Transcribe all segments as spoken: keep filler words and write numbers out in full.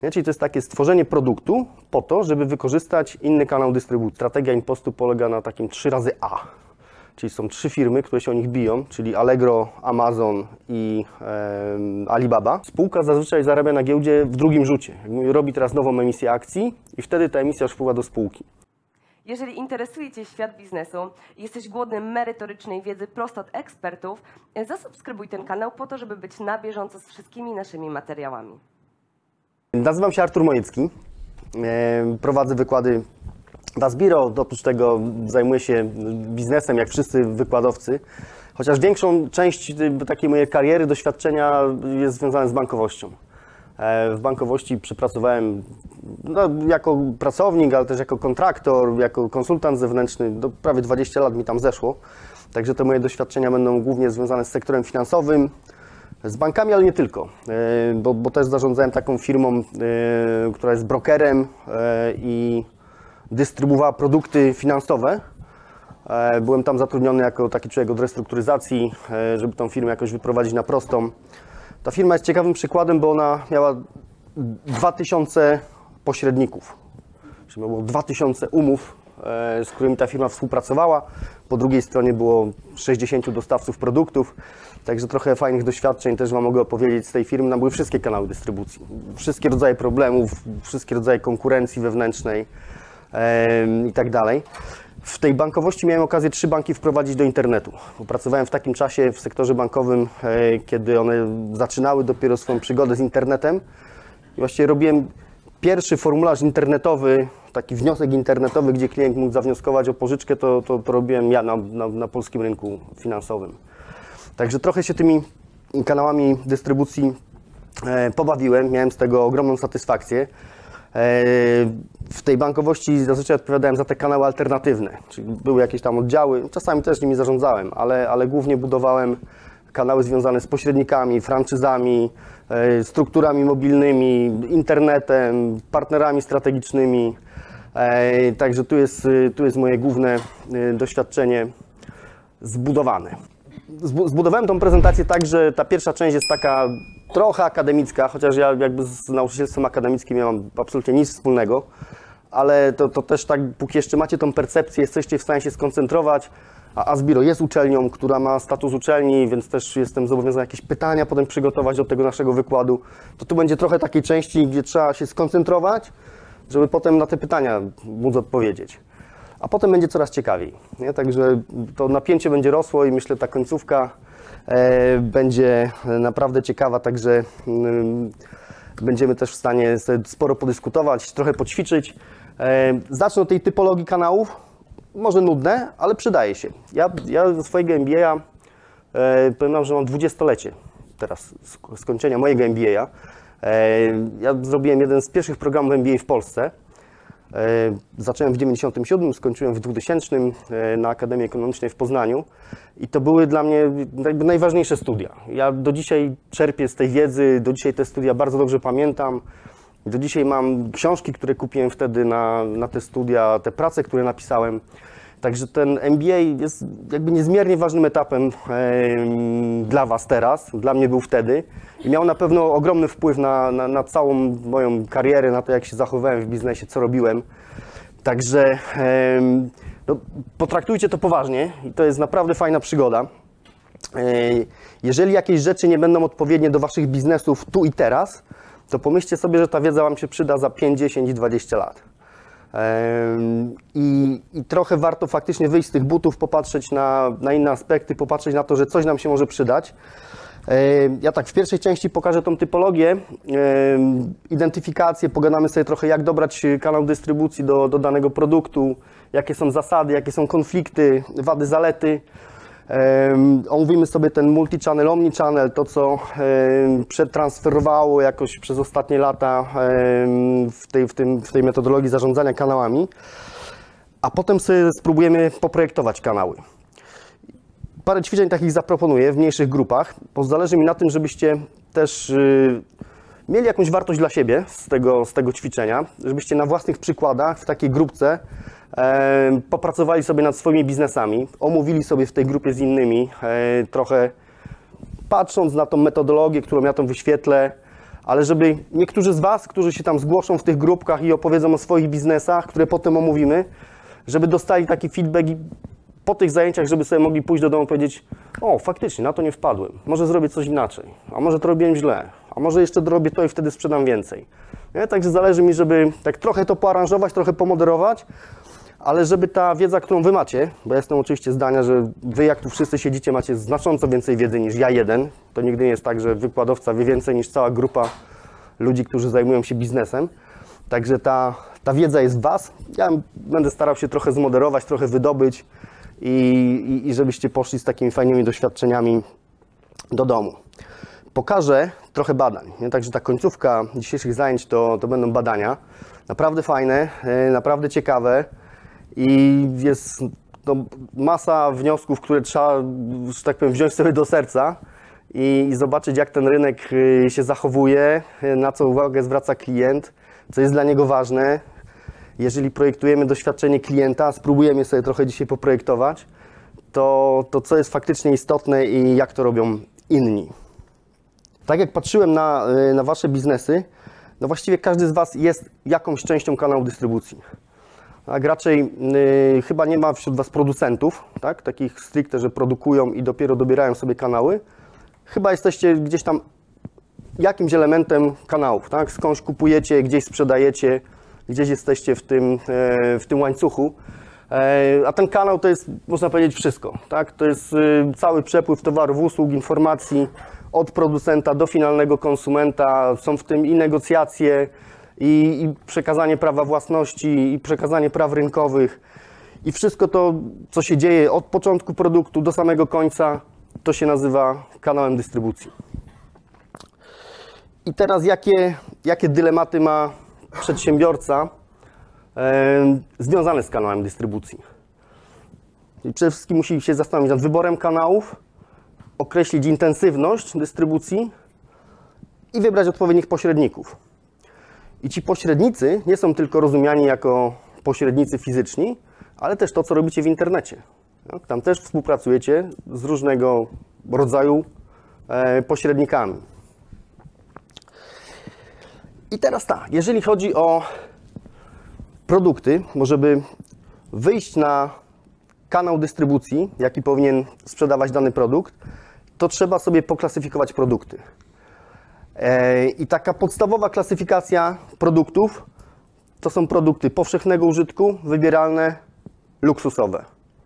Nie? Czyli to jest takie stworzenie produktu po to, żeby wykorzystać inny kanał dystrybucji. Strategia Impostu polega na takim trzy razy A. Czyli są trzy firmy, które się o nich biją, czyli Allegro, Amazon i e, Alibaba. Spółka zazwyczaj zarabia na giełdzie w drugim rzucie. Robi teraz nową emisję akcji i wtedy ta emisja już wpływa do spółki. Jeżeli interesuje Cię świat biznesu i jesteś głodny merytorycznej wiedzy prosto od ekspertów, zasubskrybuj ten kanał po to, żeby być na bieżąco z wszystkimi naszymi materiałami. Nazywam się Artur Mojecki. E, prowadzę wykłady w Asbiro. Oprócz tego zajmuję się biznesem, jak wszyscy wykładowcy. Chociaż większą część takiej mojej kariery, doświadczenia jest związane z bankowością. W bankowości przepracowałem no, jako pracownik, ale też jako kontraktor, jako konsultant zewnętrzny. Do prawie dwudziestu lat mi tam zeszło. Także te moje doświadczenia będą głównie związane z sektorem finansowym, z bankami, ale nie tylko. Bo, bo też zarządzałem taką firmą, która jest brokerem i dystrybuowała produkty finansowe. Byłem tam zatrudniony jako taki człowiek od restrukturyzacji, żeby tą firmę jakoś wyprowadzić na prostą. Ta firma jest ciekawym przykładem, bo ona miała dwa tysiące pośredników. Czyli było dwa tysiące umów, z którymi ta firma współpracowała. Po drugiej stronie było sześćdziesięciu dostawców produktów. Także trochę fajnych doświadczeń też Wam mogę opowiedzieć z tej firmy. Tam były wszystkie kanały dystrybucji. Wszystkie rodzaje problemów, wszystkie rodzaje konkurencji wewnętrznej i tak dalej. W tej bankowości miałem okazję trzy banki wprowadzić do internetu. Bo pracowałem w takim czasie w sektorze bankowym, kiedy one zaczynały dopiero swoją przygodę z internetem. I właściwie robiłem pierwszy formularz internetowy, taki wniosek internetowy, gdzie klient mógł zawnioskować o pożyczkę, to, to, to robiłem ja na, na, na polskim rynku finansowym. Także trochę się tymi kanałami dystrybucji pobawiłem, miałem z tego ogromną satysfakcję. W tej bankowości zazwyczaj odpowiadałem za te kanały alternatywne, czyli były jakieś tam oddziały, czasami też nimi zarządzałem, ale, ale głównie budowałem kanały związane z pośrednikami, franczyzami, strukturami mobilnymi, internetem, partnerami strategicznymi. Także tu jest, tu jest moje główne doświadczenie zbudowane. Zbudowałem tą prezentację tak, że ta pierwsza część jest taka trochę akademicka, chociaż ja jakby z nauczycielstwem akademickim nie mam absolutnie nic wspólnego, ale to, to też tak, póki jeszcze macie tą percepcję, jesteście w stanie się skoncentrować, a Asbiro jest uczelnią, która ma status uczelni, więc też jestem zobowiązany jakieś pytania potem przygotować do tego naszego wykładu, to tu będzie trochę takiej części, gdzie trzeba się skoncentrować, żeby potem na te pytania móc odpowiedzieć. A potem będzie coraz ciekawiej. Nie? Także to napięcie będzie rosło i myślę, ta końcówka e, będzie naprawdę ciekawa, także e, będziemy też w stanie sobie sporo podyskutować, trochę poćwiczyć. E, zacznę od tej typologii kanałów, może nudne, ale przydaje się. Ja, ja ze swojego M B A e, powiem, że mam dwudziestolecie teraz skończenia mojego M B A. E, ja zrobiłem jeden z pierwszych programów M B A w Polsce. Zacząłem w dziewięćdziesiątym siódmym, skończyłem w dwutysięcznym na Akademii Ekonomicznej w Poznaniu i to były dla mnie jakby najważniejsze studia. Ja do dzisiaj czerpię z tej wiedzy, do dzisiaj te studia bardzo dobrze pamiętam. Do dzisiaj mam książki, które kupiłem wtedy na, na te studia, te prace, które napisałem. Także ten M B A jest jakby niezmiernie ważnym etapem e, dla Was teraz, dla mnie był wtedy i miał na pewno ogromny wpływ na, na, na całą moją karierę, na to, jak się zachowywałem w biznesie, co robiłem. Także e, no, potraktujcie to poważnie i to jest naprawdę fajna przygoda. E, jeżeli jakieś rzeczy nie będą odpowiednie do Waszych biznesów tu i teraz, to pomyślcie sobie, że ta wiedza Wam się przyda za pięć, dziesięć i dwadzieścia lat. I, I trochę warto faktycznie wyjść z tych butów, popatrzeć na, na inne aspekty, popatrzeć na to, że coś nam się może przydać. Ja tak w pierwszej części pokażę tą typologię, identyfikację, pogadamy sobie trochę, jak dobrać kanał dystrybucji do, do danego produktu, jakie są zasady, jakie są konflikty, wady, zalety. Omówimy sobie ten multi-channel, omni-channel, to co przetransferowało jakoś przez ostatnie lata w tej, w, tym, w tej metodologii zarządzania kanałami, a potem sobie spróbujemy poprojektować kanały. Parę ćwiczeń takich zaproponuję w mniejszych grupach, bo zależy mi na tym, żebyście też mieli jakąś wartość dla siebie z tego, z tego ćwiczenia, żebyście na własnych przykładach w takiej grupce E, popracowali sobie nad swoimi biznesami, omówili sobie w tej grupie z innymi, e, trochę patrząc na tą metodologię, którą ja tam wyświetlę, ale żeby niektórzy z Was, którzy się tam zgłoszą w tych grupkach i opowiedzą o swoich biznesach, które potem omówimy, żeby dostali taki feedback i po tych zajęciach, żeby sobie mogli pójść do domu i powiedzieć: o, faktycznie, na to nie wpadłem, może zrobię coś inaczej, a może to robiłem źle, a może jeszcze dorobię to i wtedy sprzedam więcej. Nie? Także zależy mi, żeby tak trochę to poaranżować, trochę pomoderować, ale żeby ta wiedza, którą Wy macie, bo ja jestem oczywiście zdania, że Wy, jak tu wszyscy siedzicie, macie znacząco więcej wiedzy niż ja jeden. To nigdy nie jest tak, że wykładowca wie więcej niż cała grupa ludzi, którzy zajmują się biznesem. Także ta, ta wiedza jest w Was. Ja będę starał się trochę zmoderować, trochę wydobyć i, i, i żebyście poszli z takimi fajnymi doświadczeniami do domu. Pokażę trochę badań, nie? Także ta końcówka dzisiejszych zajęć to, to będą badania. Naprawdę fajne, naprawdę ciekawe. I jest no, masa wniosków, które trzeba, że tak powiem, wziąć sobie do serca i, i zobaczyć, jak ten rynek się zachowuje, na co uwagę zwraca klient, co jest dla niego ważne. Jeżeli projektujemy doświadczenie klienta, spróbujemy sobie trochę dzisiaj poprojektować, to, to co jest faktycznie istotne i jak to robią inni. Tak jak patrzyłem na, na Wasze biznesy, no właściwie każdy z Was jest jakąś częścią kanału dystrybucji. Tak, raczej yy, chyba nie ma wśród Was producentów, tak, takich stricte, że produkują i dopiero dobierają sobie kanały. Chyba jesteście gdzieś tam jakimś elementem kanałów, tak? Skądś kupujecie, gdzieś sprzedajecie, gdzieś jesteście w tym, e, w tym łańcuchu. E, a ten kanał to jest, można powiedzieć, wszystko, tak? To jest y, cały przepływ towarów, usług, informacji od producenta do finalnego konsumenta. Są w tym i negocjacje, I, i przekazanie prawa własności, i przekazanie praw rynkowych. I wszystko to, co się dzieje od początku produktu do samego końca, to się nazywa kanałem dystrybucji. I teraz jakie, jakie dylematy ma przedsiębiorca e, związane z kanałem dystrybucji? I przede wszystkim musi się zastanowić nad wyborem kanałów, określić intensywność dystrybucji i wybrać odpowiednich pośredników. I ci pośrednicy nie są tylko rozumiani jako pośrednicy fizyczni, ale też to, co robicie w internecie. Tam też współpracujecie z różnego rodzaju pośrednikami. I teraz tak, jeżeli chodzi o produkty, bo żeby wyjść na kanał dystrybucji, jaki powinien sprzedawać dany produkt, to trzeba sobie poklasyfikować produkty. I taka podstawowa klasyfikacja produktów to są produkty powszechnego użytku, wybieralne, luksusowe.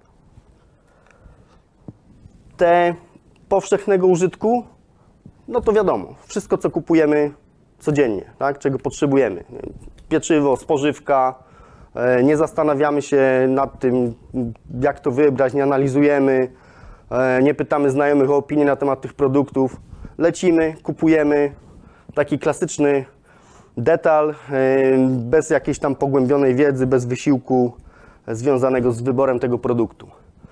Te powszechnego użytku, no to wiadomo, wszystko co kupujemy codziennie, tak? Czego potrzebujemy. Pieczywo, spożywka, nie zastanawiamy się nad tym, jak to wybrać, nie analizujemy, nie pytamy znajomych o opinię na temat tych produktów. Lecimy, kupujemy, taki klasyczny detal, bez jakiejś tam pogłębionej wiedzy, bez wysiłku związanego z wyborem tego produktu.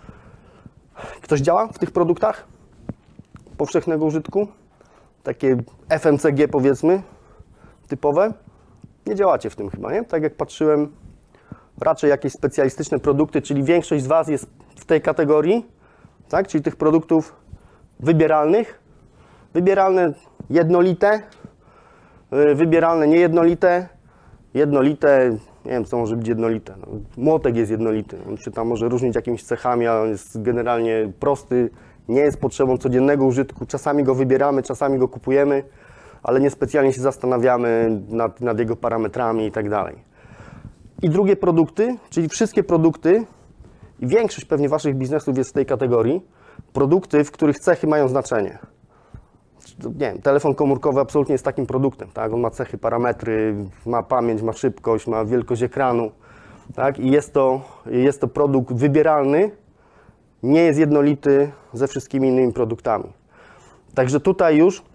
Ktoś działa w tych produktach powszechnego użytku? Takie F M C G, powiedzmy, typowe? Nie działacie w tym chyba, nie? Tak jak patrzyłem, raczej jakieś specjalistyczne produkty, czyli większość z Was jest w tej kategorii, tak? Czyli tych produktów wybieralnych. Wybieralne jednolite, wybieralne niejednolite, jednolite, nie wiem co może być jednolite, no, młotek jest jednolity, on się tam może różnić jakimiś cechami, ale on jest generalnie prosty, nie jest potrzebą codziennego użytku, czasami go wybieramy, czasami go kupujemy, ale niespecjalnie się zastanawiamy nad, nad jego parametrami i tak dalej. I drugie produkty, czyli wszystkie produkty, i większość pewnie Waszych biznesów jest w tej kategorii, produkty, w których cechy mają znaczenie. Nie wiem, telefon komórkowy absolutnie jest takim produktem, tak? On ma cechy, parametry, ma pamięć, ma szybkość, ma wielkość ekranu, tak? I jest to, jest to produkt wybieralny, nie jest jednolity ze wszystkimi innymi produktami. Także tutaj już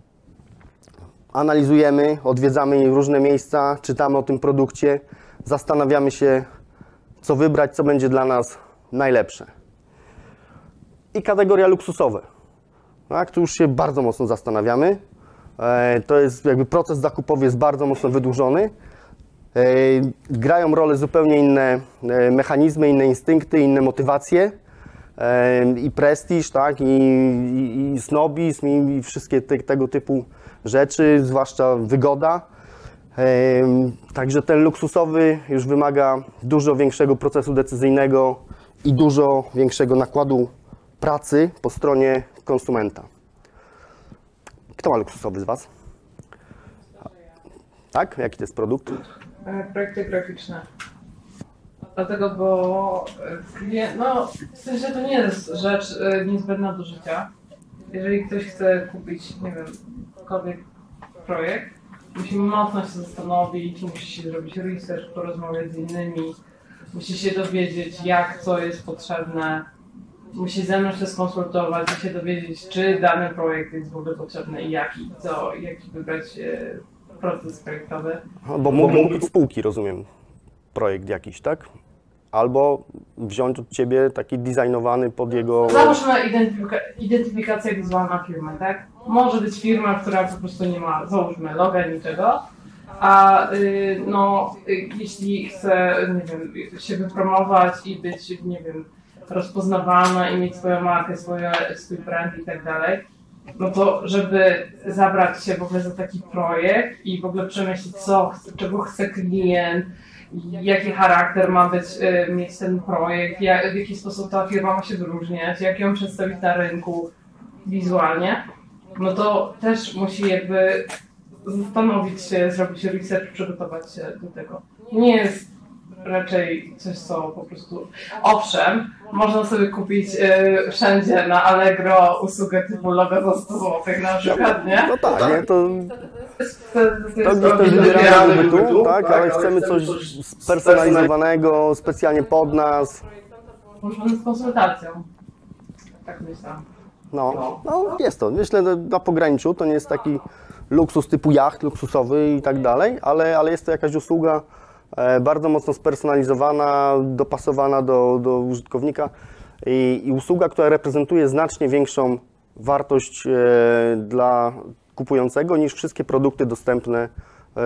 analizujemy, odwiedzamy różne miejsca, czytamy o tym produkcie, zastanawiamy się, co wybrać, co będzie dla nas najlepsze. I kategoria luksusowe. Tak, tu już się bardzo mocno zastanawiamy. E, to jest jakby proces zakupowy jest bardzo mocno wydłużony. E, grają rolę zupełnie inne e, mechanizmy, inne instynkty, inne motywacje. E, I prestiż, tak, i, i, i snobizm, i, i wszystkie te, tego typu rzeczy, zwłaszcza wygoda. Także ten luksusowy już wymaga dużo większego procesu decyzyjnego i dużo większego nakładu pracy po stronie konsumenta. Kto ma luksusowy z Was? Tak? Jaki to jest produkt? Projekty graficzne. Dlatego, bo klient, no w sensie to nie jest rzecz niezbędna do życia. Jeżeli ktoś chce kupić, nie wiem, jakikolwiek projekt, musi mocno się zastanowić, musi się zrobić research, porozmawiać z innymi, musi się dowiedzieć, jak co jest potrzebne, musi ze mną się skonsultować i się dowiedzieć, czy dany projekt jest w ogóle potrzebny i jaki, co, jaki wybrać e, proces projektowy. Bo mógł kupić spółki, rozumiem, projekt jakiś, tak? Albo wziąć od Ciebie taki designowany pod jego... Załóżmy identyfika identyfikację wizualna firmy, tak? Może być firma, która po prostu nie ma, załóżmy, loga, niczego, a y, no, y, jeśli chce, nie wiem, się wypromować i być, nie wiem, rozpoznawalna i mieć swoją markę, swoje, swój brand i tak dalej, no to żeby zabrać się w ogóle za taki projekt i w ogóle przemyśleć, co, czego chce klient, jaki charakter ma być, y, mieć ten projekt, jak, w jaki sposób ta firma ma się wyróżniać, jak ją przedstawić na rynku wizualnie, no to też musi jakby zastanowić się, zrobić research, przygotować się do tego. Nie jest raczej coś, co po prostu... Owszem, można sobie kupić y, wszędzie na Allegro usługę typu logo za sto złotych na przykład, nie? No tak, nie? To... To, To gdzieś też wybieramy bytu, tak, ale chcemy coś spersonalizowanego, specjalnie pod nas. Można z konsultacją. Tak myślę. No, no jest to. Myślę, że na pograniczu to nie jest taki luksus typu jacht luksusowy i tak dalej, ale, ale jest to jakaś usługa e, bardzo mocno spersonalizowana, dopasowana do, do użytkownika i, i usługa, która reprezentuje znacznie większą wartość e, dla kupującego niż wszystkie produkty dostępne e,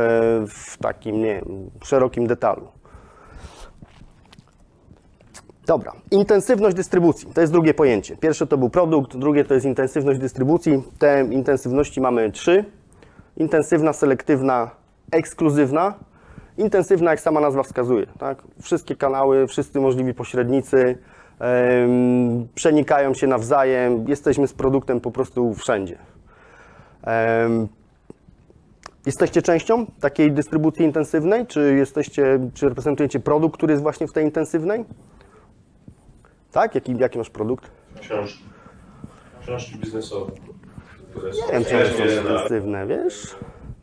w takim, nie wiem, szerokim detalu. Dobra, intensywność dystrybucji, to jest drugie pojęcie. Pierwsze to był produkt, drugie to jest intensywność dystrybucji. Te intensywności mamy trzy. Intensywna, selektywna, ekskluzywna. Intensywna, jak sama nazwa wskazuje, tak? Wszystkie kanały, wszyscy możliwi pośrednicy em, przenikają się nawzajem, jesteśmy z produktem po prostu wszędzie. Em, jesteście częścią takiej dystrybucji intensywnej? Czy jesteście, czy reprezentujecie produkt, który jest właśnie w tej intensywnej? Tak? Jaki, jaki masz produkt? Książki. Książki biznesowe. Które są Nie wiem, czy one są świetnie na intensywne, wiesz?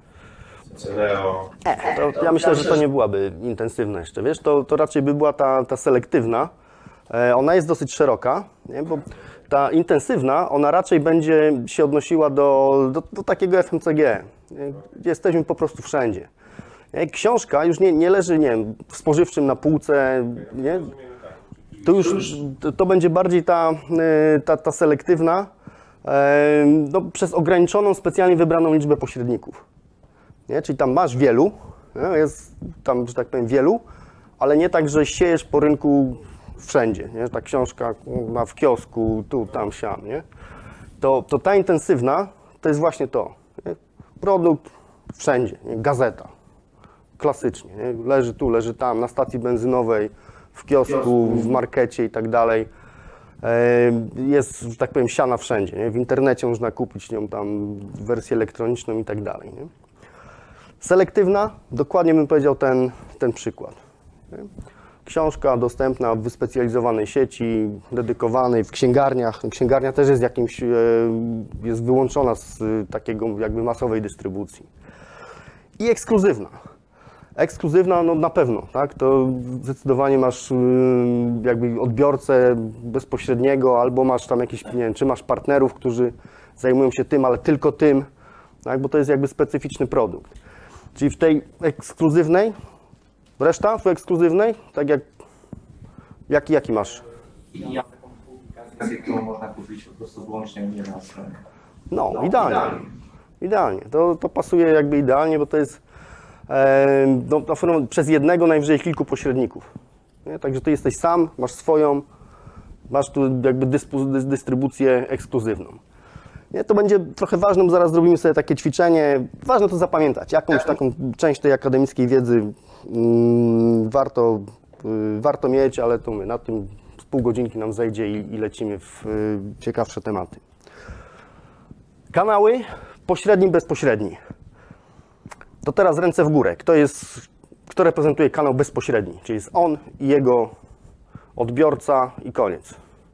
Ceneo. To ja myślę, że to nie byłaby intensywna jeszcze, wiesz? To, to raczej by była ta, ta selektywna. E, ona jest dosyć szeroka, nie? Bo ta intensywna, ona raczej będzie się odnosiła do, do, do takiego F M C G, nie? Gdzie jesteśmy po prostu wszędzie. Nie? Książka już nie, nie leży, nie wiem, w spożywczym na półce, nie? To już to, to będzie bardziej ta, ta, ta selektywna, e, no, przez ograniczoną, specjalnie wybraną liczbę pośredników. Nie? Czyli tam masz wielu, nie? Jest tam, że tak powiem, wielu, ale nie tak, że siejesz po rynku wszędzie. Nie? Ta książka ma w kiosku, tu, tam, siam. Nie? To, to ta intensywna to jest właśnie to. Nie? Produkt wszędzie, nie? Gazeta, klasycznie. Nie? Leży tu, leży tam, na stacji benzynowej, w kiosku, w markecie i tak dalej. Jest, że tak powiem, siana wszędzie. Nie? W internecie można kupić nią tam wersję elektroniczną i tak dalej. Nie? Selektywna, dokładnie bym powiedział ten, ten przykład. Nie? Książka dostępna w wyspecjalizowanej sieci, dedykowanej w księgarniach. Księgarnia też jest jakimś, jest wyłączona z takiego jakby masowej dystrybucji. I ekskluzywna. Ekskluzywna, no na pewno, tak? To zdecydowanie masz jakby odbiorcę bezpośredniego, albo masz tam jakieś, nie wiem, czy masz partnerów, którzy zajmują się tym, ale tylko tym, tak? Bo to jest jakby specyficzny produkt. Czyli w tej ekskluzywnej, reszta w ekskluzywnej, tak jak, jaki, jaki masz? I ja taką publikację, którą można kupić po prostu wyłącznie u mnie na stronie. No, no idealnie. idealnie. Idealnie. To, to pasuje jakby idealnie, bo to jest No, przez jednego, najwyżej kilku pośredników. Nie? Także ty jesteś sam, masz swoją, masz tu jakby dyspo, dystrybucję ekskluzywną. Nie, to będzie trochę ważne, bo zaraz zrobimy sobie takie ćwiczenie. Ważne to zapamiętać. Jakąś taką część tej akademickiej wiedzy mm, warto, y, warto mieć, ale to my na tym z pół godzinki nam zejdzie i, i lecimy w y, ciekawsze tematy. Kanały pośredni, bezpośredni. To teraz ręce w górę. Kto jest, kto reprezentuje kanał bezpośredni? Czyli jest on i jego odbiorca i koniec.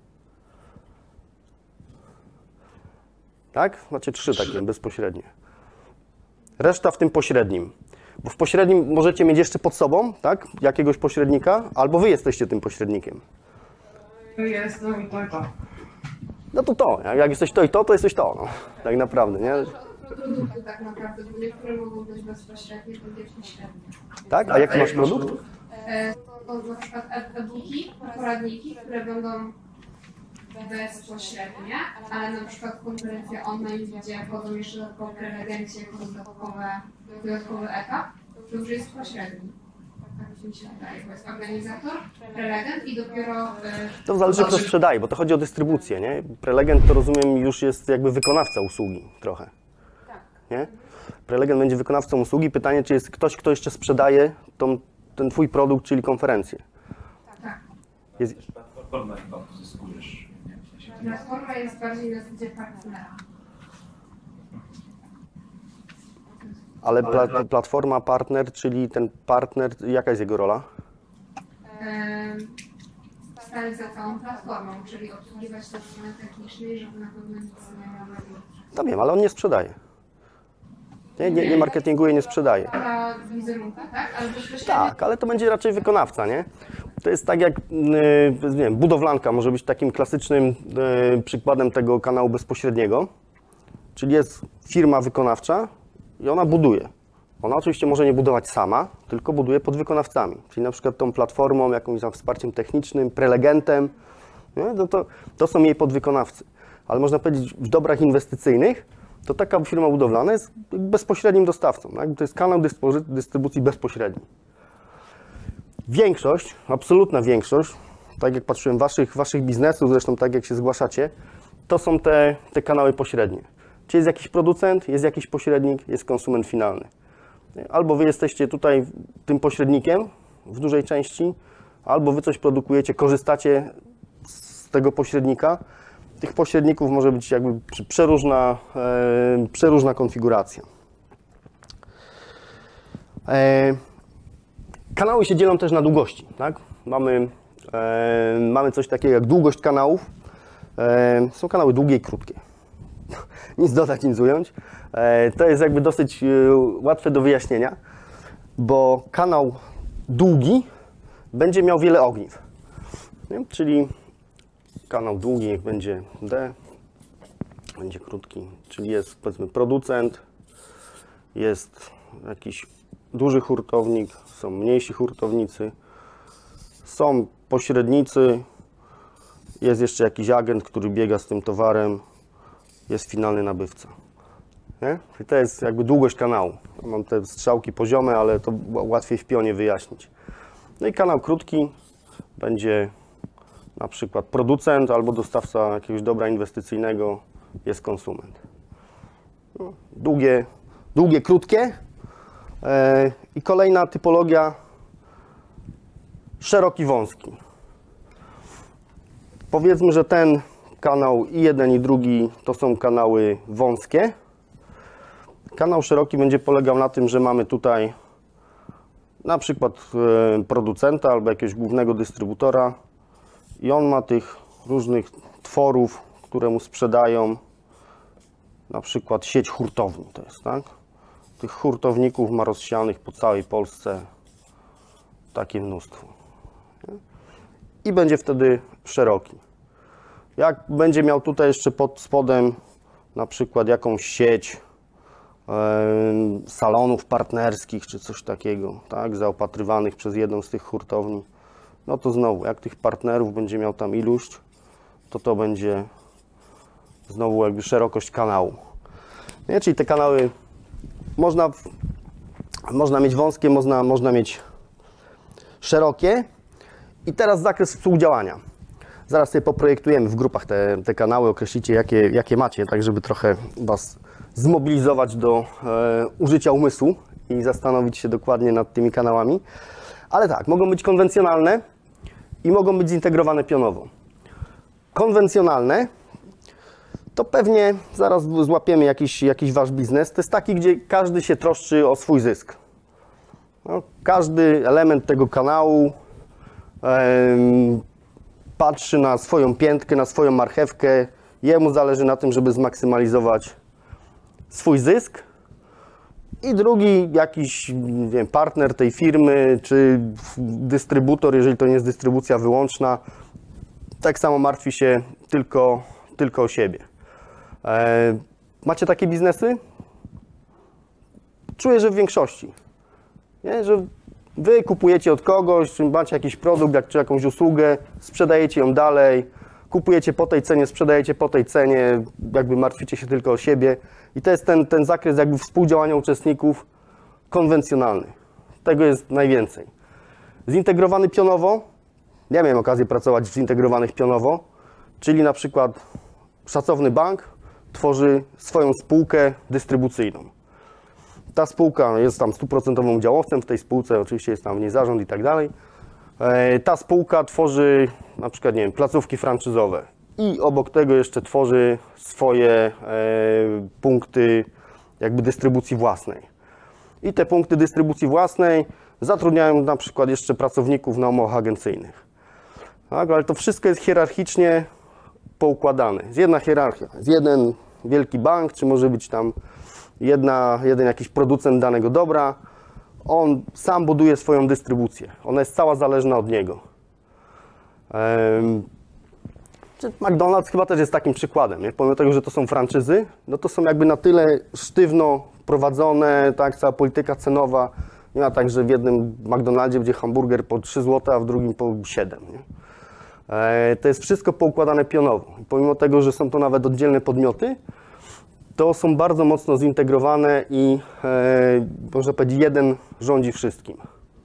Tak? Macie trzy takie bezpośrednie. Reszta w tym pośrednim. Bo w pośrednim możecie mieć jeszcze pod sobą, tak? Jakiegoś pośrednika, albo wy jesteście tym pośrednikiem. Jest, no i to i to. No to to. Jak jesteś to i to, to jesteś to. No. Tak naprawdę, nie? Produkty tak naprawdę, bo niektóre mogą być bezpośrednie, drugie pośrednie. Tak? A jaki masz produkt? E, To na przykład e- e-booki, poradniki, które będą bezpośrednie, ale na przykład konferencja online, gdzie wchodzą jeszcze dodatkowe prelegenci, jako dodatkowe, dodatkowy etap, to już jest pośredni. Tak mi się wydaje, bo jest organizator, prelegent i dopiero... e, To zależy, kto sprzedaje, bo to chodzi o dystrybucję, nie? Prelegent to rozumiem już jest jakby wykonawca usługi trochę. Nie? Prelegent będzie wykonawcą usługi. Pytanie, czy jest ktoś, kto jeszcze sprzedaje tą, ten twój produkt, czyli konferencję. Tak. Jest, Platformę chyba pozyskujesz. nie? W sensie- Platforma jest bardziej na zasadzie partnera. ale pla, platforma, partner, czyli ten partner, jaka jest jego rola? Em, stać za całą platformą, czyli obsługiwać te strony technicznej, żeby na pewno nic nie miało. No wiem, ale on nie sprzedaje. Nie, nie, nie marketinguje, nie sprzedaje. Dla wizerunku, tak? Ale bezpośrednio Tak, ale to będzie raczej wykonawca, nie? To jest tak jak, yy, nie wiem, budowlanka może być takim klasycznym yy, przykładem tego kanału bezpośredniego. Czyli jest firma wykonawcza i ona buduje. Ona oczywiście może nie budować sama, tylko buduje pod wykonawcami. Czyli na przykład tą platformą, jakimś tam wsparciem technicznym, prelegentem, nie? No to, to są jej podwykonawcy. Ale można powiedzieć, w dobrach inwestycyjnych to taka firma budowlana jest bezpośrednim dostawcą. Tak? To jest kanał dystrybu- dystrybucji bezpośredni. Większość, absolutna większość, tak jak patrzyłem, waszych, waszych biznesów, zresztą tak jak się zgłaszacie, to są te, te kanały pośrednie. Czy jest jakiś producent, jest jakiś pośrednik, jest konsument finalny. Albo wy jesteście tutaj tym pośrednikiem w dużej części, albo wy coś produkujecie, korzystacie z tego pośrednika. Tych pośredników może być jakby przeróżna, e, przeróżna konfiguracja. E, kanały się dzielą też na długości. Tak? Mamy, e, mamy coś takiego jak długość kanałów. E, są kanały długie i krótkie. Nic dodać, nic ująć. E, to jest jakby dosyć e, łatwe do wyjaśnienia, bo kanał długi będzie miał wiele ogniw. Nie? Czyli kanał długi niech będzie D, będzie krótki, czyli jest powiedzmy producent, jest jakiś duży hurtownik, są mniejsi hurtownicy, są pośrednicy, jest jeszcze jakiś agent, który biega z tym towarem, jest finalny nabywca. Nie? I to jest jakby długość kanału. Mam te strzałki poziome, ale to łatwiej w pionie wyjaśnić. No i kanał krótki będzie na przykład producent albo dostawca jakiegoś dobra inwestycyjnego, jest konsument. No, długie, długie, krótkie. Yy, I kolejna typologia, szeroki, wąski. Powiedzmy, że ten kanał i jeden i drugi to są kanały wąskie. Kanał szeroki będzie polegał na tym, że mamy tutaj na przykład yy, producenta albo jakiegoś głównego dystrybutora i on ma tych różnych tworów, które mu sprzedają, na przykład sieć hurtowni to jest, tak? Tych hurtowników ma rozsianych po całej Polsce takie mnóstwo. Nie? I będzie wtedy szeroki. Jak będzie miał tutaj jeszcze pod spodem na przykład jakąś sieć e, salonów partnerskich czy coś takiego, tak? Zaopatrywanych przez jedną z tych hurtowni, no to znowu, jak tych partnerów będzie miał tam ilość, to to będzie znowu jakby szerokość kanału. Nie? Czyli te kanały można, można mieć wąskie, można, można mieć szerokie. I teraz zakres współdziałania. Zaraz sobie poprojektujemy w grupach te, te kanały, określicie jakie, jakie macie, tak żeby trochę Was zmobilizować do e, użycia umysłu i zastanowić się dokładnie nad tymi kanałami. Ale tak, mogą być konwencjonalne i mogą być zintegrowane pionowo. Konwencjonalne to pewnie zaraz złapiemy jakiś, jakiś Wasz biznes. To jest taki, gdzie każdy się troszczy o swój zysk. No, każdy element tego kanału em, patrzy na swoją piętkę, na swoją marchewkę. Jemu zależy na tym, żeby zmaksymalizować swój zysk. I drugi jakiś, nie wiem, partner tej firmy, czy dystrybutor, jeżeli to nie jest dystrybucja wyłączna, tak samo martwi się tylko, tylko o siebie. E, macie takie biznesy? Czuję, że w większości. Nie? Że Wy kupujecie od kogoś, czy macie jakiś produkt, jak, czy jakąś usługę, sprzedajecie ją dalej, kupujecie po tej cenie, sprzedajecie po tej cenie, jakby martwicie się tylko o siebie. I to jest ten, ten zakres jakby współdziałania uczestników konwencjonalny. Tego jest najwięcej. Zintegrowany pionowo, ja miałem okazję pracować w zintegrowanych pionowo, czyli na przykład szacowny bank tworzy swoją spółkę dystrybucyjną. Ta spółka jest tam stuprocentowym udziałowcem w tej spółce, oczywiście jest tam w niej zarząd i tak dalej. Ta spółka tworzy na przykład, nie wiem, placówki franczyzowe i obok tego jeszcze tworzy swoje e, punkty jakby dystrybucji własnej. I te punkty dystrybucji własnej zatrudniają na przykład jeszcze pracowników na umowach agencyjnych. Tak, ale to wszystko jest hierarchicznie poukładane. Jest jedna hierarchia, jest jeden wielki bank, czy może być tam jedna, jeden jakiś producent danego dobra. On sam buduje swoją dystrybucję. Ona jest cała zależna od niego. Um, McDonald's chyba też jest takim przykładem. Nie? Pomimo tego, że to są franczyzy, no to są jakby na tyle sztywno prowadzone, tak, cała polityka cenowa. Nie ma tak, że w jednym McDonaldzie będzie hamburger po trzy złote, a w drugim po siedem. Nie? E, to jest wszystko poukładane pionowo. I pomimo tego, że są to nawet oddzielne podmioty, to są bardzo mocno zintegrowane i e, można powiedzieć, jeden rządzi wszystkim.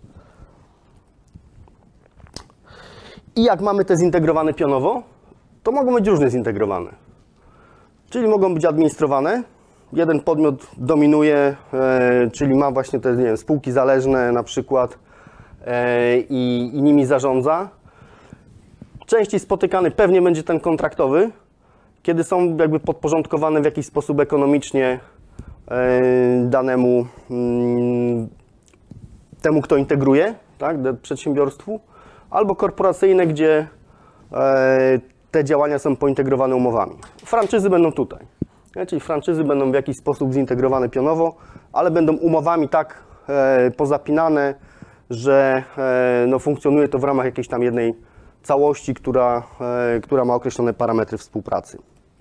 I jak mamy te zintegrowane pionowo, to mogą być różne zintegrowane. Czyli mogą być administrowane. Jeden podmiot dominuje, e, czyli ma właśnie te, nie wiem, spółki zależne na przykład e, i, i nimi zarządza. Częściej spotykany pewnie będzie ten kontraktowy, kiedy są jakby podporządkowane w jakiś sposób ekonomicznie e, danemu mm, temu, kto integruje, tak, przedsiębiorstwu, albo korporacyjne, gdzie e, te działania są pointegrowane umowami. Franczyzy będą tutaj, nie? Czyli franczyzy będą w jakiś sposób zintegrowane pionowo, ale będą umowami tak e, pozapinane, że e, no, funkcjonuje to w ramach jakiejś tam jednej całości, która, e, która ma określone parametry współpracy.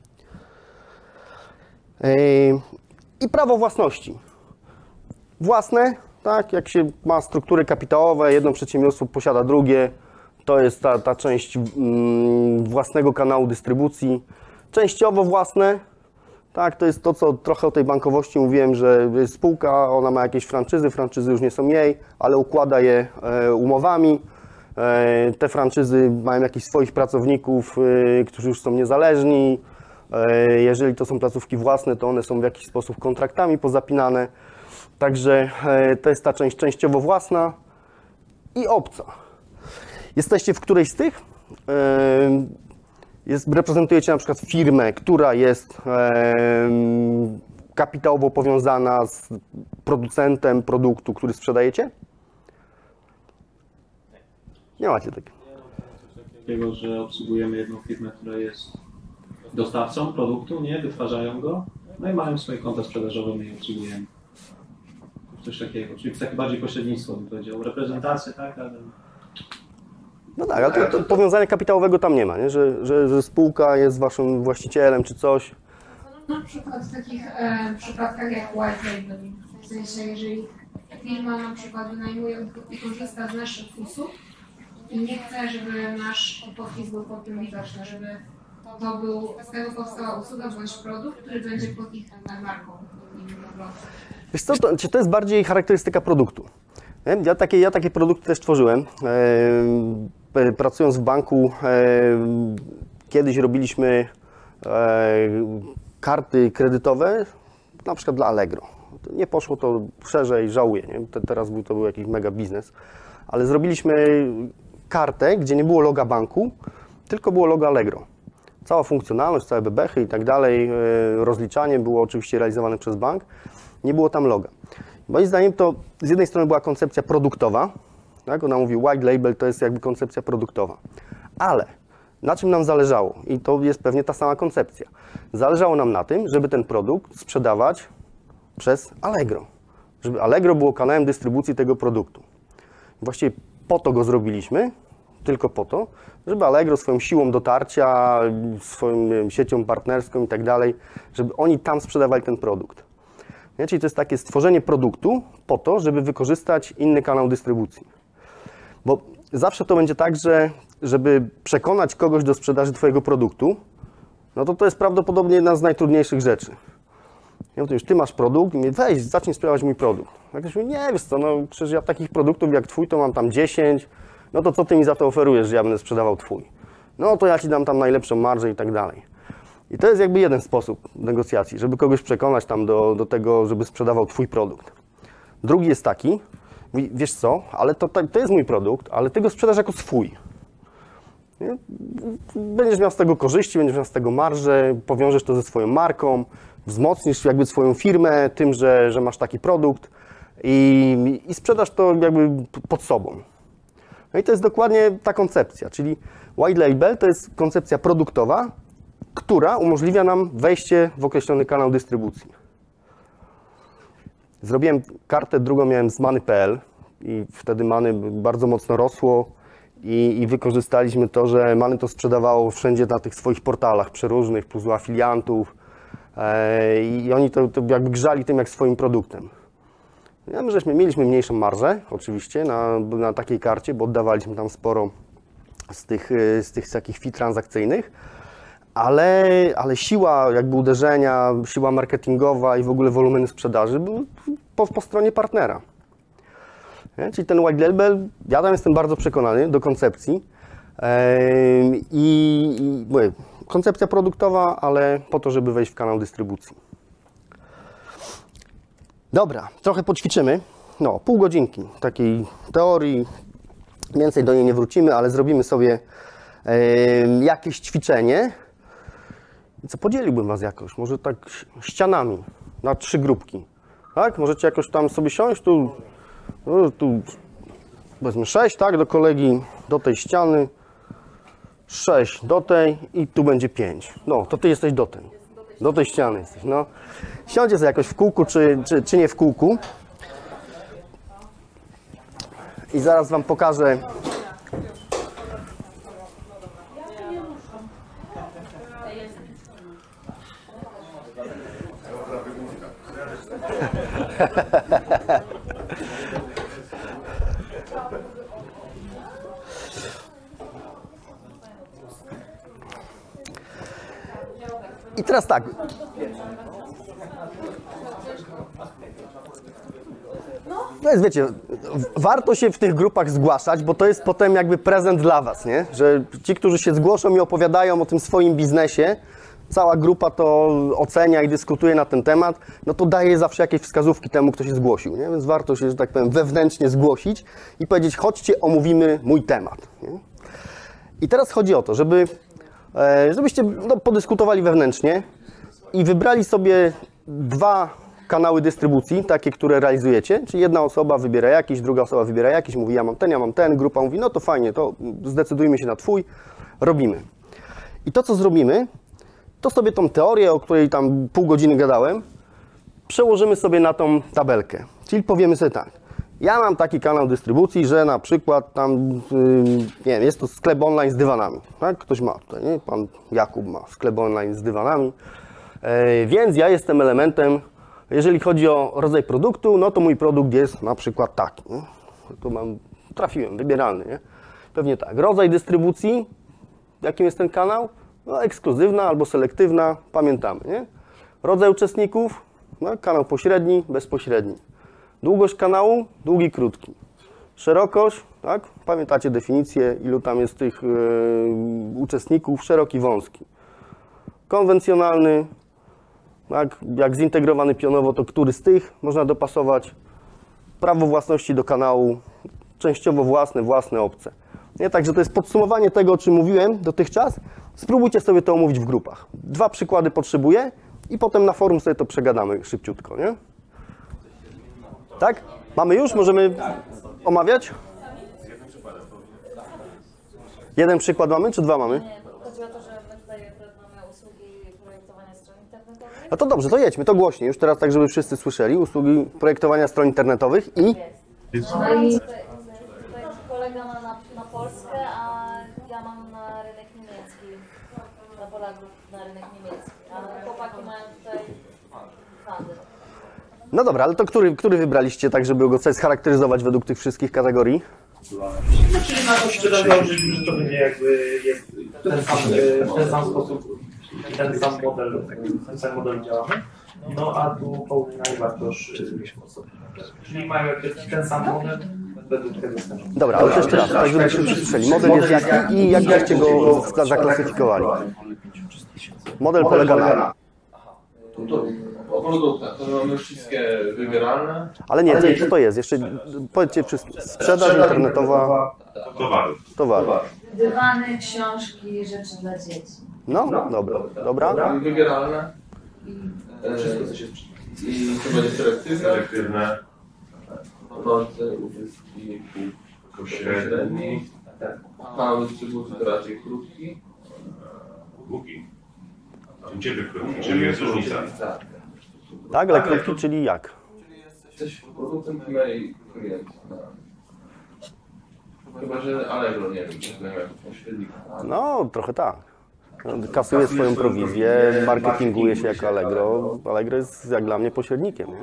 E, I prawo własności. Własne, tak, jak się ma struktury kapitałowe, jedno przedsiębiorstwo posiada drugie, to jest ta, ta część mm, własnego kanału dystrybucji. Częściowo własne, tak, to jest to, co trochę o tej bankowości mówiłem, że jest spółka, ona ma jakieś franczyzy, franczyzy już nie są jej, ale układa je e, umowami. E, te franczyzy mają jakichś swoich pracowników, e, którzy już są niezależni. E, jeżeli to są placówki własne, to one są w jakiś sposób kontraktami pozapinane. Także e, to jest ta część częściowo własna i obca. Jesteście w którejś z tych? E, jest, reprezentujecie na przykład firmę, która jest e, kapitałowo powiązana z producentem produktu, który sprzedajecie? Nie macie takiego. Takiego, że obsługujemy jedną firmę, która jest dostawcą produktu, nie? Wytwarzają go, no i mają swoje konta sprzedażowe, my je obsługujemy. Coś takiego, czyli takie bardziej pośrednictwo, bym powiedział, reprezentację, tak, ale... No tak, ale to, to powiązania kapitałowego tam nie ma, nie? Że, że, że spółka jest waszym właścicielem czy coś. Na przykład w takich e, przypadkach jak white labeling, w sensie jeżeli firma na przykład wynajmuje i korzysta z naszych usług i nie chce, żeby nasz podpis był pod tym widoczny, żeby to był, z tego powstała usługa bądź produkt, który będzie pod ich marką. Wiesz co, to, to jest bardziej charakterystyka produktu. Ja takie, ja takie produkty też tworzyłem. e, pracując w banku, e, kiedyś robiliśmy e, karty kredytowe, na przykład dla Allegro. Nie poszło to szerzej, żałuję, nie? Te, teraz był, to był jakiś mega biznes, ale zrobiliśmy kartę, gdzie nie było loga banku, tylko było logo Allegro. Cała funkcjonalność, całe bebechy i tak dalej, rozliczanie było oczywiście realizowane przez bank, nie było tam loga. Moim zdaniem to z jednej strony była koncepcja produktowa, tak? Ona mówi white label to jest jakby koncepcja produktowa, ale na czym nam zależało i to jest pewnie ta sama koncepcja. Zależało nam na tym, żeby ten produkt sprzedawać przez Allegro, żeby Allegro było kanałem dystrybucji tego produktu. Właściwie po to go zrobiliśmy, tylko po to, żeby Allegro swoją siłą dotarcia, swoją wiem, siecią partnerską i tak dalej, żeby oni tam sprzedawali ten produkt. Nie? Czyli to jest takie stworzenie produktu po to, żeby wykorzystać inny kanał dystrybucji. Bo zawsze to będzie tak, że żeby przekonać kogoś do sprzedaży Twojego produktu, no to to jest prawdopodobnie jedna z najtrudniejszych rzeczy. Ja mówię, ty masz produkt, i weź, zacznij sprzedawać mój produkt. Jak ktoś mówi, nie wiesz co, no przecież ja takich produktów jak Twój to mam tam dziesięć, no to co Ty mi za to oferujesz, że ja będę sprzedawał Twój? No to ja Ci dam tam najlepszą marżę i tak dalej. I to jest jakby jeden sposób negocjacji, żeby kogoś przekonać tam do, do tego, żeby sprzedawał Twój produkt. Drugi jest taki, wiesz co, ale to, to jest mój produkt, ale Ty go sprzedasz jako swój. Nie? Będziesz miał z tego korzyści, będziesz miał z tego marżę, powiążesz to ze swoją marką, wzmocnisz jakby swoją firmę tym, że, że masz taki produkt i, i sprzedasz to jakby pod sobą. No i to jest dokładnie ta koncepcja, czyli white label to jest koncepcja produktowa, która umożliwia nam wejście w określony kanał dystrybucji. Zrobiłem kartę, drugą miałem z Many kropka pe el i wtedy Many bardzo mocno rosło i, i wykorzystaliśmy to, że Many to sprzedawało wszędzie na tych swoich portalach przeróżnych, plus u afiliantów e, i oni to, to jakby grzali tym jak swoim produktem. Ja, my żeśmy mieliśmy mniejszą marżę oczywiście na, na takiej karcie, bo oddawaliśmy tam sporo z tych, z tych takich fee transakcyjnych, ale, ale siła jakby uderzenia, siła marketingowa i w ogóle wolumeny sprzedaży był po, po stronie partnera. Nie? Czyli ten white label, ja tam jestem bardzo przekonany do koncepcji yy, i, i mówię, koncepcja produktowa, ale po to, żeby wejść w kanał dystrybucji. Dobra, trochę poćwiczymy. No, pół godzinki takiej teorii, więcej do niej nie wrócimy, ale zrobimy sobie yy, jakieś ćwiczenie. Co podzieliłbym Was jakoś, może tak ścianami na trzy grupki. Tak? Możecie jakoś tam sobie siąść, tu, no, tu powiedzmy sześć, tak, do kolegi, do tej ściany, sześć do tej i tu będzie pięć. No, to Ty jesteś do tej, do tej ściany jesteś, no. Siądźcie sobie jakoś w kółku, czy, czy, czy nie w kółku. I zaraz Wam pokażę. I teraz tak. To jest, wiecie, warto się w tych grupach zgłaszać, bo to jest potem jakby prezent dla Was, nie? Że ci, którzy się zgłoszą i opowiadają o tym swoim biznesie, cała grupa to ocenia i dyskutuje na ten temat, no to daje zawsze jakieś wskazówki temu, kto się zgłosił, nie? Więc warto się, że tak powiem, wewnętrznie zgłosić i powiedzieć, chodźcie, omówimy mój temat. Nie? I teraz chodzi o to, żeby, żebyście no, podyskutowali wewnętrznie i wybrali sobie dwa kanały dystrybucji, takie, które realizujecie, czyli jedna osoba wybiera jakiś, druga osoba wybiera jakiś, mówi ja mam ten, ja mam ten, grupa mówi no to fajnie, to zdecydujmy się na Twój, robimy. I to, co zrobimy, to sobie tą teorię, o której tam pół godziny gadałem, przełożymy sobie na tą tabelkę. Czyli powiemy sobie tak, ja mam taki kanał dystrybucji, że na przykład tam, yy, nie wiem, jest to sklep online z dywanami, tak? Ktoś ma tutaj, nie? Pan Jakub ma sklep online z dywanami, yy, więc ja jestem elementem, jeżeli chodzi o rodzaj produktu, no to mój produkt jest na przykład taki, nie? Tu mam, trafiłem, wybieralny, nie? Pewnie tak, rodzaj dystrybucji, jakim jest ten kanał? No, ekskluzywna albo selektywna, pamiętamy, nie? Rodzaj uczestników, no, kanał pośredni, bezpośredni. Długość kanału, długi, krótki. Szerokość, tak? Pamiętacie definicję, ilu tam jest tych yy, uczestników, szeroki, wąski. Konwencjonalny, tak? Jak zintegrowany pionowo, to który z tych można dopasować. Prawo własności do kanału, częściowo własne, własne, obce. Nie? Także to jest podsumowanie tego, o czym mówiłem dotychczas. Spróbujcie sobie to omówić w grupach. Dwa przykłady potrzebuję i potem na forum sobie to przegadamy szybciutko, nie? Tak? Mamy już? Możemy omawiać? Jeden przykład mamy, czy dwa mamy? Nie, chodzi o to, że my tutaj akurat mamy usługi projektowania stron internetowych. No to dobrze, to jedźmy, to głośniej. Już teraz tak, żeby wszyscy słyszeli. Usługi projektowania stron internetowych i... No i tutaj, tutaj kolega ma na, na Polskę, a ja mam na rynek niemiecki, na Polaków na rynek niemiecki, a chłopaki mają tutaj fundy. No dobra, ale to który, który wybraliście tak, żeby go coś scharakteryzować według tych wszystkich kategorii? Czyli na to się da założyć, że to będzie jakby jest ten sam, w ten sam sposób, ten sam model, ten sam model działamy. No a tu Paulina i Bartosz, czyli mają jakby ten sam model według tego samego. Dobra, ale to jeszcze raz, tak żebyśmy słyszeli. Model jest jaki i jak byście go zaklasyfikowali? Model polega na... O produktach, to mamy wszystkie wybieralne. Ale nie, co, co to jest? Jeszcze powiedzcie wszystko. Sprzedaż internetowa Towarów. towaru. Dywany, książki, rzeczy dla dzieci. No, dobra, dobra. Wybieralne. Wszystko, co się I to będzie selektywne. selektywne, Rodzące, uzyski, pośredni, kanał dystrybucji to raczej krótki. długi. U Ciebie krótki, czyli jest różnica. Tak. Tak, ale krótki, czyli jak? Jesteś produktem i klient. Chyba, że Allegro, nie wiem, czy znają jako pośrednika. No, trochę tak. Kasuje swoją prowizję, marketinguje się jako Allegro. Allegro jest jak dla mnie pośrednikiem. Nie?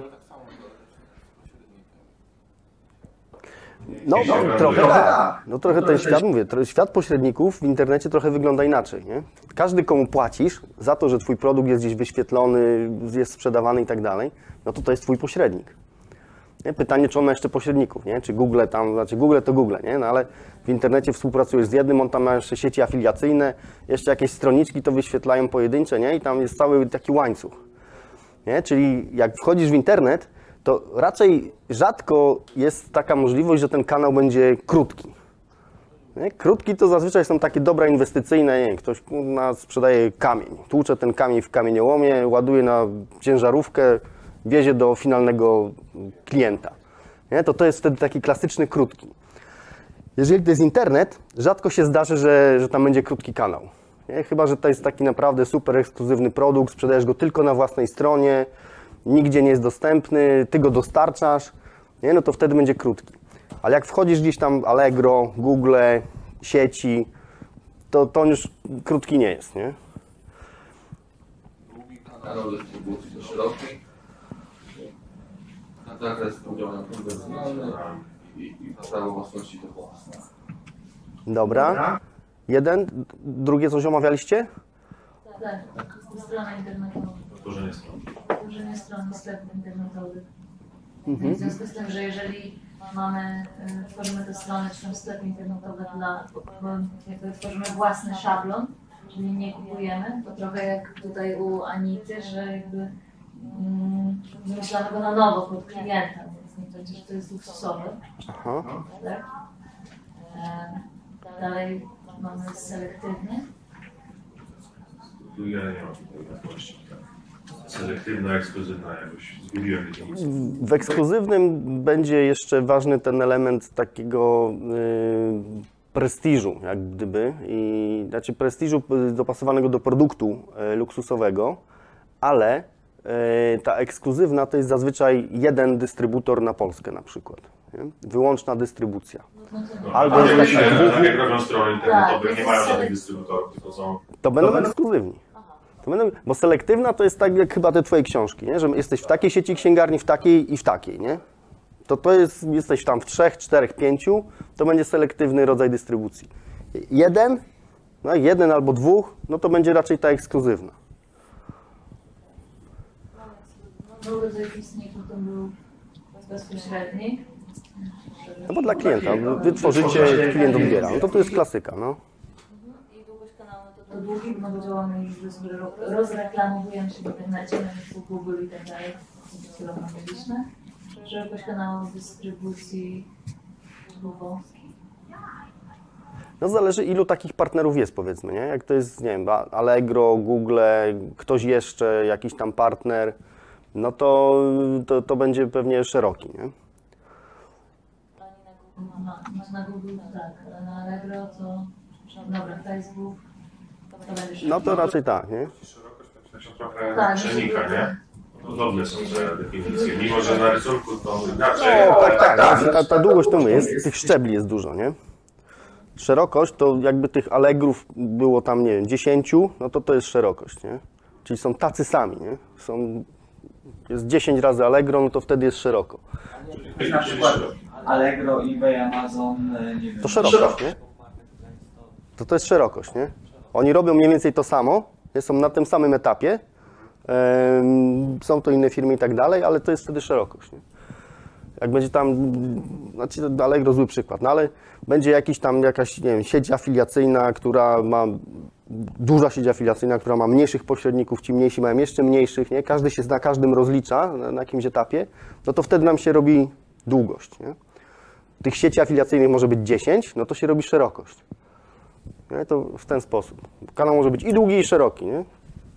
No, no, trochę tak. No trochę ten świat, mówię, trochę świat pośredników w internecie trochę wygląda inaczej, nie? Każdy, komu płacisz za to, że twój produkt jest gdzieś wyświetlony, jest sprzedawany i tak dalej, no to to jest twój pośrednik. Nie? Pytanie, czy on ma jeszcze pośredników, nie? Czy Google tam, znaczy Google to Google, nie? No ale w internecie współpracujesz z jednym, on tam ma jeszcze sieci afiliacyjne, jeszcze jakieś stroniczki to wyświetlają pojedyncze, nie? I tam jest cały taki łańcuch, nie? Czyli jak wchodzisz w internet, to raczej rzadko jest taka możliwość, że ten kanał będzie krótki. Nie? Krótki to zazwyczaj są takie dobra inwestycyjne, nie wiem, ktoś nas sprzedaje kamień, tłucze ten kamień w kamieniołomie, ładuje na ciężarówkę, wiezie do finalnego klienta. Nie? To to jest wtedy taki klasyczny krótki. Jeżeli to jest internet, rzadko się zdarzy, że, że tam będzie krótki kanał. Nie? Chyba że to jest taki naprawdę super ekskluzywny produkt, sprzedajesz go tylko na własnej stronie, nigdzie nie jest dostępny, ty go dostarczasz, nie? No to wtedy będzie krótki. Ale jak wchodzisz gdzieś tam Allegro, Google, sieci, to, to już krótki nie jest, nie? Długi kanał dystrybucji to szeroki. Zakres działania konwencjonalny i, i prawo własności to własne. Dobra. Jeden, drugie coś omawialiście? Tak, strona internetowa. Tworzenie stron. Tworzenie strony, sklepów internetowych. Mhm. W związku z tym, że jeżeli mamy, y, tworzymy te strony, czy tam sklepy internetowe dla, bo jakby tworzymy własny szablon, czyli nie kupujemy, to trochę jak tutaj u Anity, że jakby mm, wymyślamy go na nowo pod klienta, więc nie będzie, że to jest luksusowe. Aha. Tak? E, dalej mamy selektywny. Ja nie mam tutaj właściwie. Selektywna, ekskluzywna, jakoś zgubiłem definicję. W ekskluzywnym będzie jeszcze ważny ten element takiego y, prestiżu, jak gdyby, i, znaczy prestiżu dopasowanego do produktu y, luksusowego, ale y, ta ekskluzywna to jest zazwyczaj jeden dystrybutor na Polskę na przykład. Nie? Wyłączna dystrybucja. No, Albo ale jest taki myślę, dwóch- że jak robią strony internetowe, nie mają żadnych dystrybutorów, tylko są... To będą ekskluzywni. To będą, bo selektywna to jest tak jak chyba te twoje książki, nie? Że jesteś w takiej sieci księgarni, w takiej i w takiej, nie? To to jest, jesteś tam w trzech, czterech, pięciu, to będzie selektywny rodzaj dystrybucji. Jeden, no jeden albo dwóch, no to będzie raczej ta ekskluzywna. Drugi rodzaj istników to był bezpośredni. No bo dla klienta, wy tworzycie, klient odbiera, no to tu jest klasyka, no. I długość kanału to, to długi, no bo działamy już rozreklamowujemy się w internecie, na Facebooku, Google i tak dalej, co mówiliśmy. Szerokość kanału dystrybucji wąskiej. No zależy, ilu takich partnerów jest, powiedzmy, nie? Jak to jest, nie wiem, Allegro, Google, ktoś jeszcze, jakiś tam partner, no to, to, to będzie pewnie szeroki, nie? No, na Google tak, ale na Allegro to, dobra, Facebook, to będzie No to raczej tak, nie? Szerokość tak się trochę Tak, przenika, nie? Podobne są te definicje, mimo że na rysunku to inaczej. No, tak, tak, tak. Ta, ta długość to mówię, jest, tych szczebli jest dużo, nie? Szerokość to jakby tych Allegrów było tam, nie wiem, dziesięciu, no to to jest szerokość, nie? Czyli są tacy sami, nie? Są, jest dziesięć razy Allegro, no to wtedy jest szeroko. Na przykład Allegro, eBay, Amazon, nie wiem. To szerokość, nie? To to jest szerokość, nie? Oni robią mniej więcej to samo, są na tym samym etapie, em, są to inne firmy i tak dalej, ale to jest wtedy szerokość, nie? Jak będzie tam, znaczy Allegro zły przykład, no ale będzie jakiś tam jakaś, nie wiem, sieć afiliacyjna, która ma, duża sieć afiliacyjna, która ma mniejszych pośredników, ci mniejsi mają jeszcze mniejszych, nie? Każdy się na każdym rozlicza na, na jakimś etapie, no to wtedy nam się robi długość, nie? Tych sieci afiliacyjnych może być dziesięć, no to się robi szerokość. Nie? To w ten sposób. Kanał może być i długi, i szeroki, nie?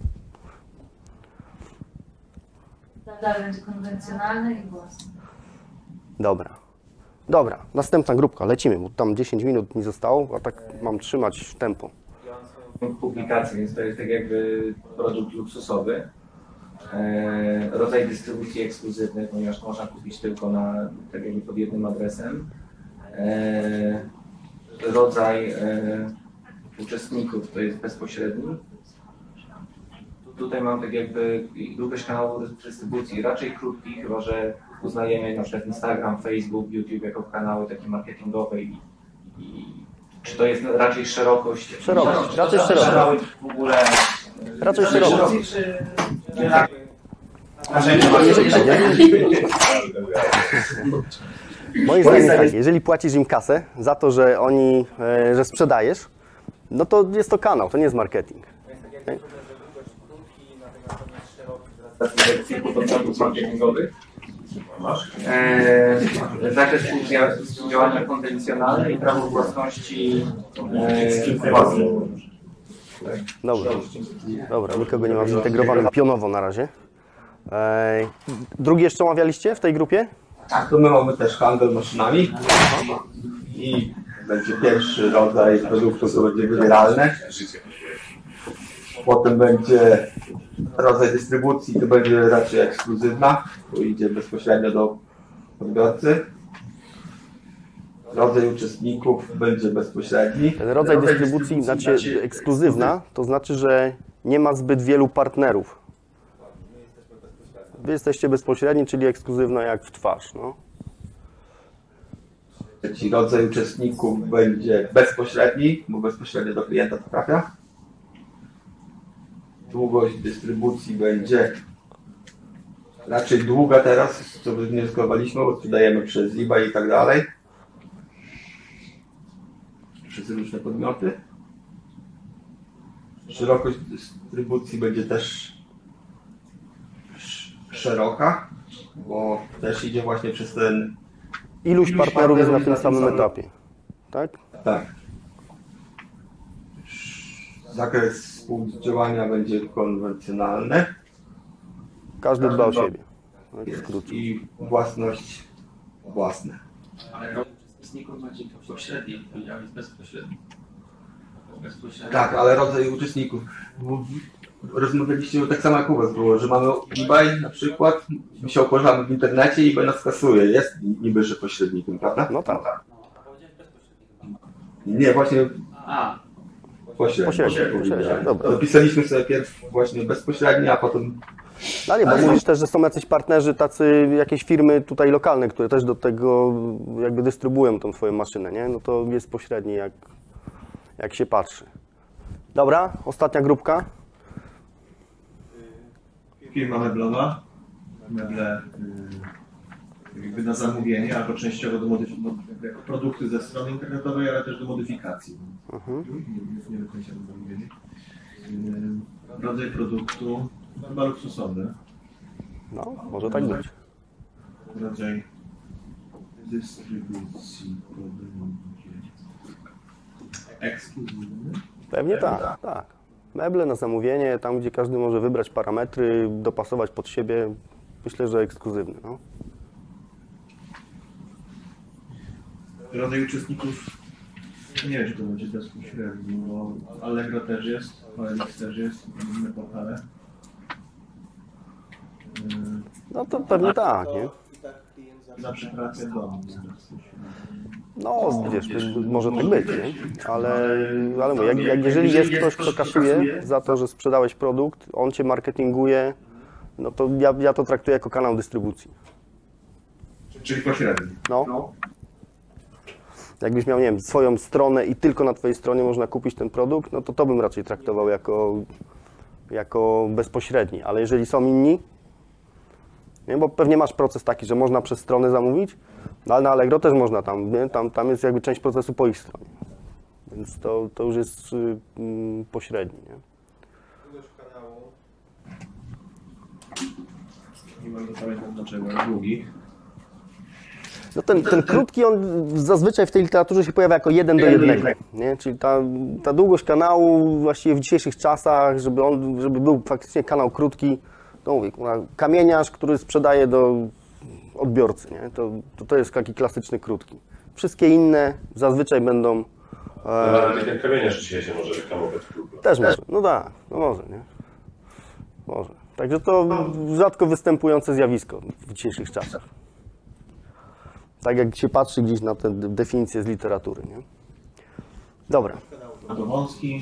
Dalej będzie konwencjonalny i własny. Dobra. Dobra, następna grupka, lecimy, bo tam dziesięć minut mi zostało, a tak mam trzymać tempo. Publikacje, więc to jest tak jakby produkt luksusowy. E, rodzaj dystrybucji ekskluzywnej, ponieważ można kupić tylko na, tak jakby pod jednym adresem. E, rodzaj e, uczestników to jest bezpośredni. Tutaj mam tak jakby długość kanału dystrybucji raczej krótki, chyba że uznajemy na przykład Instagram, Facebook, YouTube jako kanały takie marketingowe i, i czy to jest raczej szerokość? Szerokość, raczej szerokość. W ogóle Raczej szerokość. Moim zdaniem tak, jeżeli płacisz im kasę za to, że oni, e, że sprzedajesz, no to jest to kanał, to nie jest marketing. podmiotów marketingowych. Eee, zakres działania konwencjonalne i prawo własności e, własnej. Dobra, dobra, nikogo nie ma zintegrowanym pionowo na razie. E, drugi jeszcze omawialiście w tej grupie? Tak, to my mamy też handel maszynami i będzie pierwszy rodzaj produktu, to będzie wybieralne. Potem będzie rodzaj dystrybucji, to będzie raczej ekskluzywna, to idzie bezpośrednio do odbiorcy. Rodzaj uczestników będzie bezpośredni. Ten rodzaj dystrybucji, znaczy ekskluzywna, to znaczy, że nie ma zbyt wielu partnerów. Wy jesteście bezpośredni, czyli ekskluzywna jak w twarz. No. Trzeci rodzaj uczestników będzie bezpośredni, bo bezpośrednio do klienta to trafia. Długość dystrybucji będzie raczej długa teraz, co wnioskowaliśmy, bo sprzedajemy przez eBay i tak dalej. Przez różne podmioty. Szerokość dystrybucji będzie też szeroka, bo też idzie właśnie przez ten... Iluś partnerów jest na tym samym etapie, tak? Tak. Zakres współdziałania będzie konwencjonalny. Każdy dba o siebie. I własność własna. Ale uczestników macie pośredni, powiedziałem, jest bezpośredni. bezpośredni. Tak, ale rodzaj uczestników. Rozmawialiście tak samo jak u was było, że mamy eBay na przykład, my się opowiadamy w internecie i eBay nas kasuje. Jest niby, że pośrednikiem, prawda? No tak. Nie, właśnie A. pośredni. Pośredni, pośredni, dobra. Dopisaliśmy sobie pierw właśnie bezpośredni, a potem... No nie, bo mówisz też, że są jacyś partnerzy, tacy jakieś firmy tutaj lokalne, które też do tego jakby dystrybuują tą twoją maszynę, nie? No to jest pośredni, jak, jak się patrzy. Dobra, ostatnia grupka. Firma meblowa. Meble jakby na zamówienie, albo częściowo do modyfikacji, jako produkty ze strony internetowej, ale też do modyfikacji. Mhm. Nie, nie do końca do zamówienia. Yy, rodzaj produktu chyba luksusowy. No, może tak być. Rodzaj dystrybucji to będzie ekskluzywny. Pewnie tak, tak. Meble na zamówienie, tam gdzie każdy może wybrać parametry, dopasować pod siebie, myślę, że ekskluzywny. No. Rodzaj uczestników, nie wiem, czy to będzie bezpośredni, bo Allegro też jest, O L X też jest, inne portale. Yy, No to pewnie tak, nie? Na przepracę domu. No, wiesz, to może tak być, nie? Ale, ale mówię, jak, jak jeżeli jest ktoś, kto kasuje za to, że sprzedałeś produkt, on cię marketinguje, no to ja, ja to traktuję jako kanał dystrybucji. Czyli pośredni. No. Jakbyś miał, nie wiem, swoją stronę i tylko na twojej stronie można kupić ten produkt, no to to bym raczej traktował jako, jako bezpośredni. Ale jeżeli są inni, nie? Bo pewnie masz proces taki, że można przez stronę zamówić, no ale na Allegro też można tam, nie? Tam, tam jest jakby część procesu po ich stronie. Więc to, to już jest y, y, pośredni, nie? Nie bardzo pamiętam dlaczego, ale długi. No ten, ten krótki, on zazwyczaj w tej literaturze się pojawia jako jeden do jednego, nie? Czyli ta, ta długość kanału właściwie w dzisiejszych czasach, żeby on, żeby był faktycznie kanał krótki, to mówię, kamieniarz, który sprzedaje do odbiorcy, nie? To, to, to jest taki klasyczny krótki. Wszystkie inne zazwyczaj będą... No, ale ten kamieniarz dzisiaj się może reklamować w klubie. Też może, no tak, no może, nie? Może. Także to rzadko występujące zjawisko w dzisiejszych czasach. Tak jak się patrzy gdzieś na tę definicję z literatury, nie? Dobra. To wąski,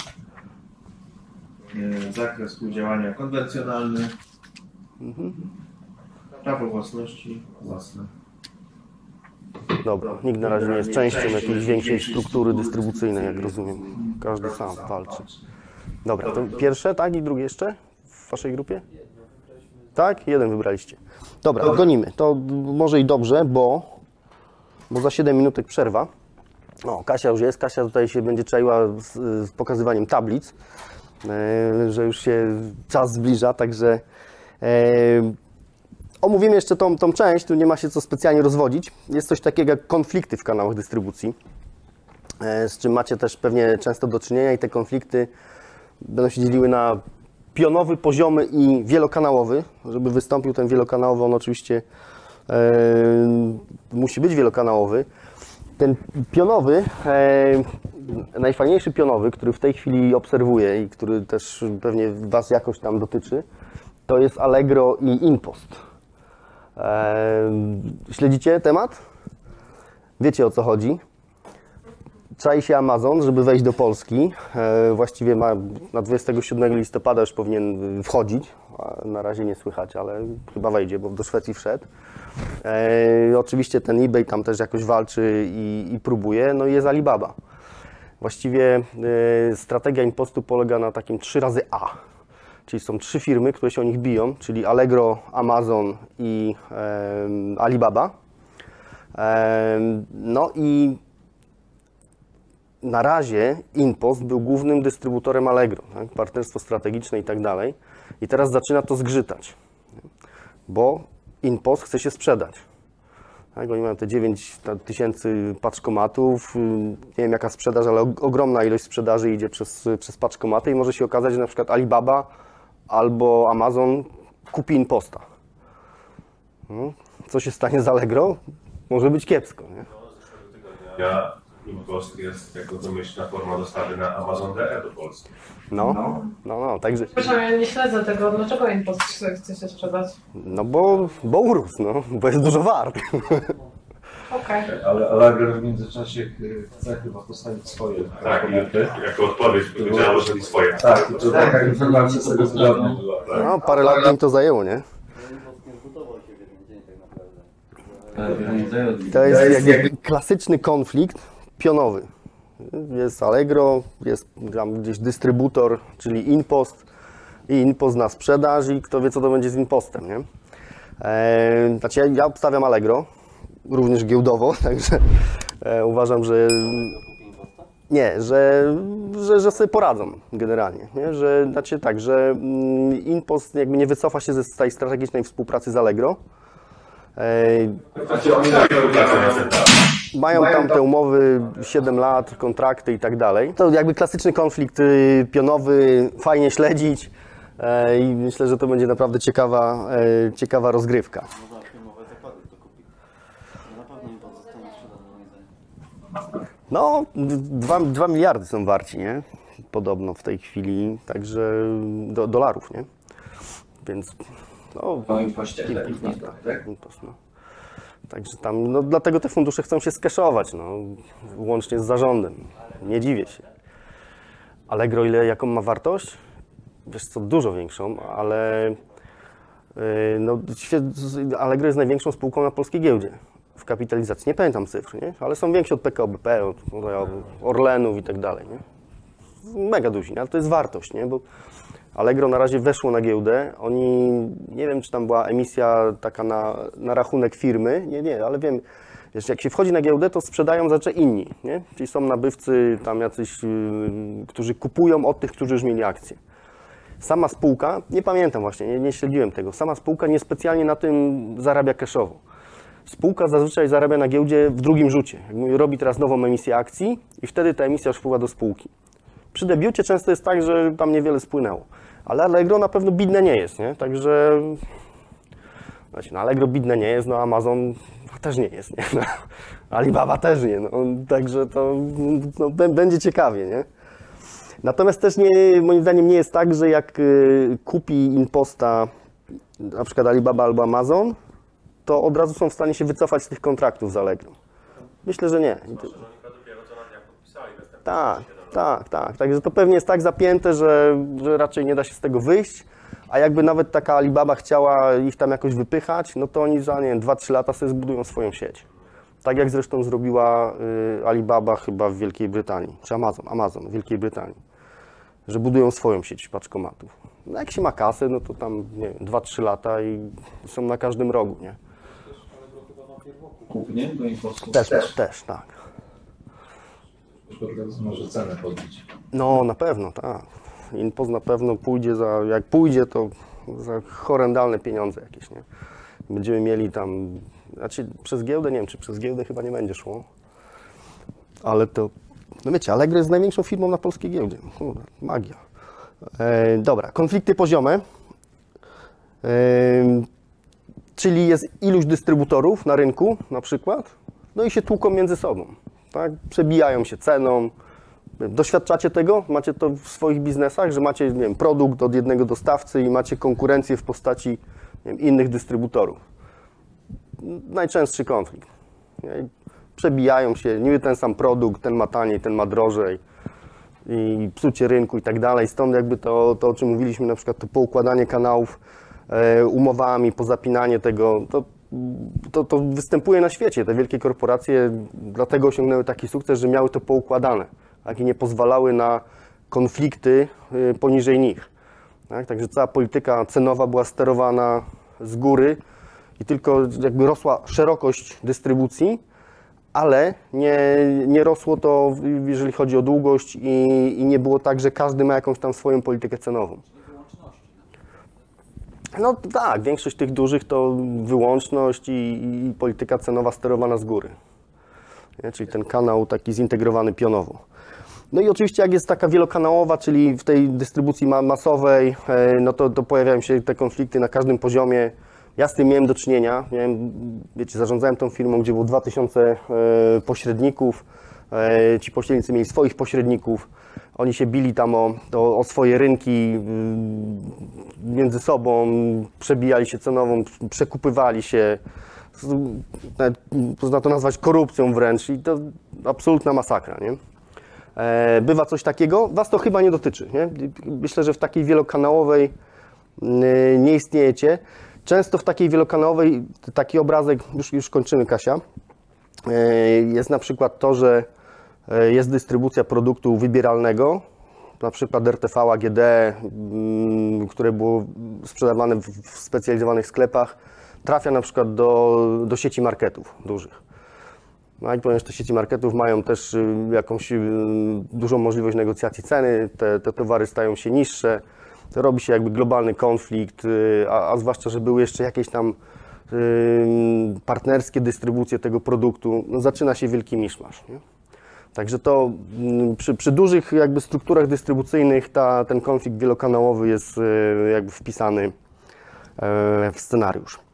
e, zakres współdziałania konwencjonalny, Mhm. prawo własności własne. Dobra, nikt na razie nie jest częścią jakiejś większej struktury dystrybucyjnej, jak rozumiem. Każdy sam walczy. Dobra, to pierwsze, tak? I drugie jeszcze w waszej grupie? Tak? Jeden wybraliście. Dobra, gonimy. To może i dobrze, bo, bo za siedem minutek przerwa. O, Kasia już jest. Kasia tutaj się będzie czaiła z, z pokazywaniem tablic, e, że już się czas zbliża, także e, omówimy jeszcze tą, tą część, tu nie ma się co specjalnie rozwodzić. Jest coś takiego jak konflikty w kanałach dystrybucji, e, z czym macie też pewnie często do czynienia i te konflikty będą się dzieliły na pionowy, poziomy i wielokanałowy. Żeby wystąpił ten wielokanałowy, on oczywiście e, musi być wielokanałowy. Ten pionowy, e, najfajniejszy pionowy, który w tej chwili obserwuję i który też pewnie Was jakoś tam dotyczy, to jest Allegro i InPost. E, śledzicie temat? Wiecie, o co chodzi? Czai się Amazon, żeby wejść do Polski. E, właściwie ma na dwudziestego siódmego listopada już powinien wchodzić. Na razie nie słychać, ale chyba wejdzie, bo do Szwecji wszedł. E, oczywiście ten eBay tam też jakoś walczy i, i próbuje. No i jest Alibaba. Właściwie e, strategia InPostu polega na takim trzy razy A. Czyli są trzy firmy, które się o nich biją, czyli Allegro, Amazon i e, Alibaba. E, no i na razie InPost był głównym dystrybutorem Allegro, tak? Partnerstwo strategiczne i tak dalej. I teraz zaczyna to zgrzytać, bo InPost chce się sprzedać. Tak? Oni mają te dziewięć tysięcy paczkomatów, nie wiem jaka sprzedaż, ale ogromna ilość sprzedaży idzie przez, przez paczkomaty i może się okazać, że na przykład Alibaba albo Amazon kupi InPosta. No, co się stanie z Allegro? Może być kiepsko, nie? Ja, InPost jest jako domyślna forma dostawy na Amazon punkt de do Polski. No, no, no, także... Przepraszam, ja nie śledzę tego. Dlaczego InPost chce, chce się sprzedać? No bo, bo urósł, no, bo jest dużo wart. Okej. Ale Allegro w międzyczasie chce chyba postawić swoje. Tak, i jako odpowiedź powiedziałem, że swoje. Tak, to taka informacja z tego zgodna. No, parę lat im to zajęło, nie? To jest jakby klasyczny konflikt pionowy. Jest Allegro, jest tam gdzieś dystrybutor, czyli InPost i InPost na sprzedaż i kto wie, co to będzie z InPostem, nie? Eee, znaczy ja, ja obstawiam Allegro, również giełdowo, także e, uważam, że nie, że, że, że sobie poradzą generalnie, nie? Że znaczy tak, że mm, InPost jakby nie wycofa się ze tej strategicznej współpracy z Allegro. E, Znaczy oni mają Mają tam te umowy, siedem lat, kontrakty i tak dalej. To jakby klasyczny konflikt y, pionowy, fajnie śledzić e, i myślę, że to będzie naprawdę ciekawa, e, ciekawa rozgrywka. No, dwa, dwa miliardy są warci, nie? Podobno w tej chwili, także do, dolarów, nie? Więc no, Po impoście, impost, tak? tak, impost, no. Także tam, no dlatego te fundusze chcą się skeszować, no, łącznie z zarządem. Nie dziwię się. Allegro, ile, jaką ma wartość? Wiesz co, dużo większą, ale yy, no, Allegro jest największą spółką na polskiej giełdzie w kapitalizacji. Nie pamiętam cyfr, nie? Ale są większe od P K O B P, od, od Orlenów i tak dalej, nie? Mega duzi, ale to jest wartość, nie? Bo Allegro na razie weszło na giełdę, oni, nie wiem czy tam była emisja taka na, na rachunek firmy, nie, nie, ale wiem, wiesz, jak się wchodzi na giełdę, to sprzedają zawsze inni, nie? Czyli są nabywcy tam jacyś, yy, którzy kupują od tych, którzy już mieli akcje. Sama spółka, nie pamiętam właśnie, nie, nie śledziłem tego, sama spółka niespecjalnie na tym zarabia cashowo. Spółka zazwyczaj zarabia na giełdzie w drugim rzucie, jak mówi, robi teraz nową emisję akcji i wtedy ta emisja już wpływa do spółki. Przy debiucie często jest tak, że tam niewiele spłynęło. Ale Allegro na pewno bidne nie jest, nie? Także... Znaczy, no Allegro bidne nie jest, no Amazon też nie jest, nie? No, Alibaba też nie, no. Także to no, będzie ciekawie, nie? Natomiast też nie, moim zdaniem nie jest tak, że jak y, kupi InPosta na przykład Alibaba albo Amazon, to od razu są w stanie się wycofać z tych kontraktów z Allegro. Myślę, że nie. Tak, tak, tak. Także to pewnie jest tak zapięte, że, że raczej nie da się z tego wyjść, a jakby nawet taka Alibaba chciała ich tam jakoś wypychać, no to oni za, nie wiem, dwa trzy lata sobie zbudują swoją sieć. Tak jak zresztą zrobiła y, Alibaba chyba w Wielkiej Brytanii, czy Amazon, Amazon w Wielkiej Brytanii, że budują swoją sieć paczkomatów. No jak się ma kasę, no to tam, nie wiem, dwa trzy lata i są na każdym rogu, nie? Kup, nie? Do impostu. Też, też, też, tak. Może cenę podbić. No, na pewno, tak. InPost na pewno pójdzie za, jak pójdzie, to za horrendalne pieniądze jakieś, nie? Będziemy mieli tam, znaczy przez giełdę, nie wiem, czy przez giełdę chyba nie będzie szło, ale to, no wiecie, Allegro jest największą firmą na polskiej giełdzie. Kurde, magia. E, dobra, konflikty poziome, e, czyli jest iluś dystrybutorów na rynku na przykład, no i się tłuką między sobą. Tak? Przebijają się ceną. Doświadczacie tego? Macie to w swoich biznesach, że macie, nie wiem, produkt od jednego dostawcy i macie konkurencję w postaci, nie wiem, innych dystrybutorów. Najczęstszy konflikt. Nie? Przebijają się, niby ten sam produkt, ten ma taniej, ten ma drożej i psucie rynku i tak dalej. Stąd jakby to, to o czym mówiliśmy, na przykład to poukładanie kanałów e, umowami, pozapinanie tego, to To, to występuje na świecie. Te wielkie korporacje dlatego osiągnęły taki sukces, że miały to poukładane, tak? I nie pozwalały na konflikty poniżej nich. Tak? Także cała polityka cenowa była sterowana z góry i tylko jakby rosła szerokość dystrybucji, ale nie, nie rosło to, jeżeli chodzi o długość i, i nie było tak, że każdy ma jakąś tam swoją politykę cenową. No tak, większość tych dużych to wyłączność i, i polityka cenowa sterowana z góry. Nie? Czyli ten kanał taki zintegrowany pionowo. No i oczywiście jak jest taka wielokanałowa, czyli w tej dystrybucji ma masowej, no to, to pojawiają się te konflikty na każdym poziomie. Ja z tym miałem do czynienia. Miałem, wiecie, zarządzałem tą firmą, gdzie było dwa tysiące pośredników. Ci pośrednicy mieli swoich pośredników. Oni się bili tam o, o, o swoje rynki między sobą, przebijali się cenową, przekupywali się. Można to nazwać korupcją wręcz i to absolutna masakra, nie? Bywa coś takiego, was to chyba nie dotyczy, nie? Myślę, że w takiej wielokanałowej nie istniejecie. Często w takiej wielokanałowej taki obrazek, już, już kończymy, Kasia, jest na przykład to, że jest dystrybucja produktu wybieralnego, na przykład R T V, A G D, które było sprzedawane w specjalizowanych sklepach. trafia na przykład do, do sieci marketów dużych. No i ponieważ te sieci marketów mają też y, jakąś y, dużą możliwość negocjacji ceny, te, te towary stają się niższe, to robi się jakby globalny konflikt, y, a, a zwłaszcza, że były jeszcze jakieś tam y, partnerskie dystrybucje tego produktu, no zaczyna się wielki miszmasz, nie? Także to y, przy, przy dużych jakby strukturach dystrybucyjnych ta, ten konflikt wielokanałowy jest y, jakby wpisany y, w scenariusz.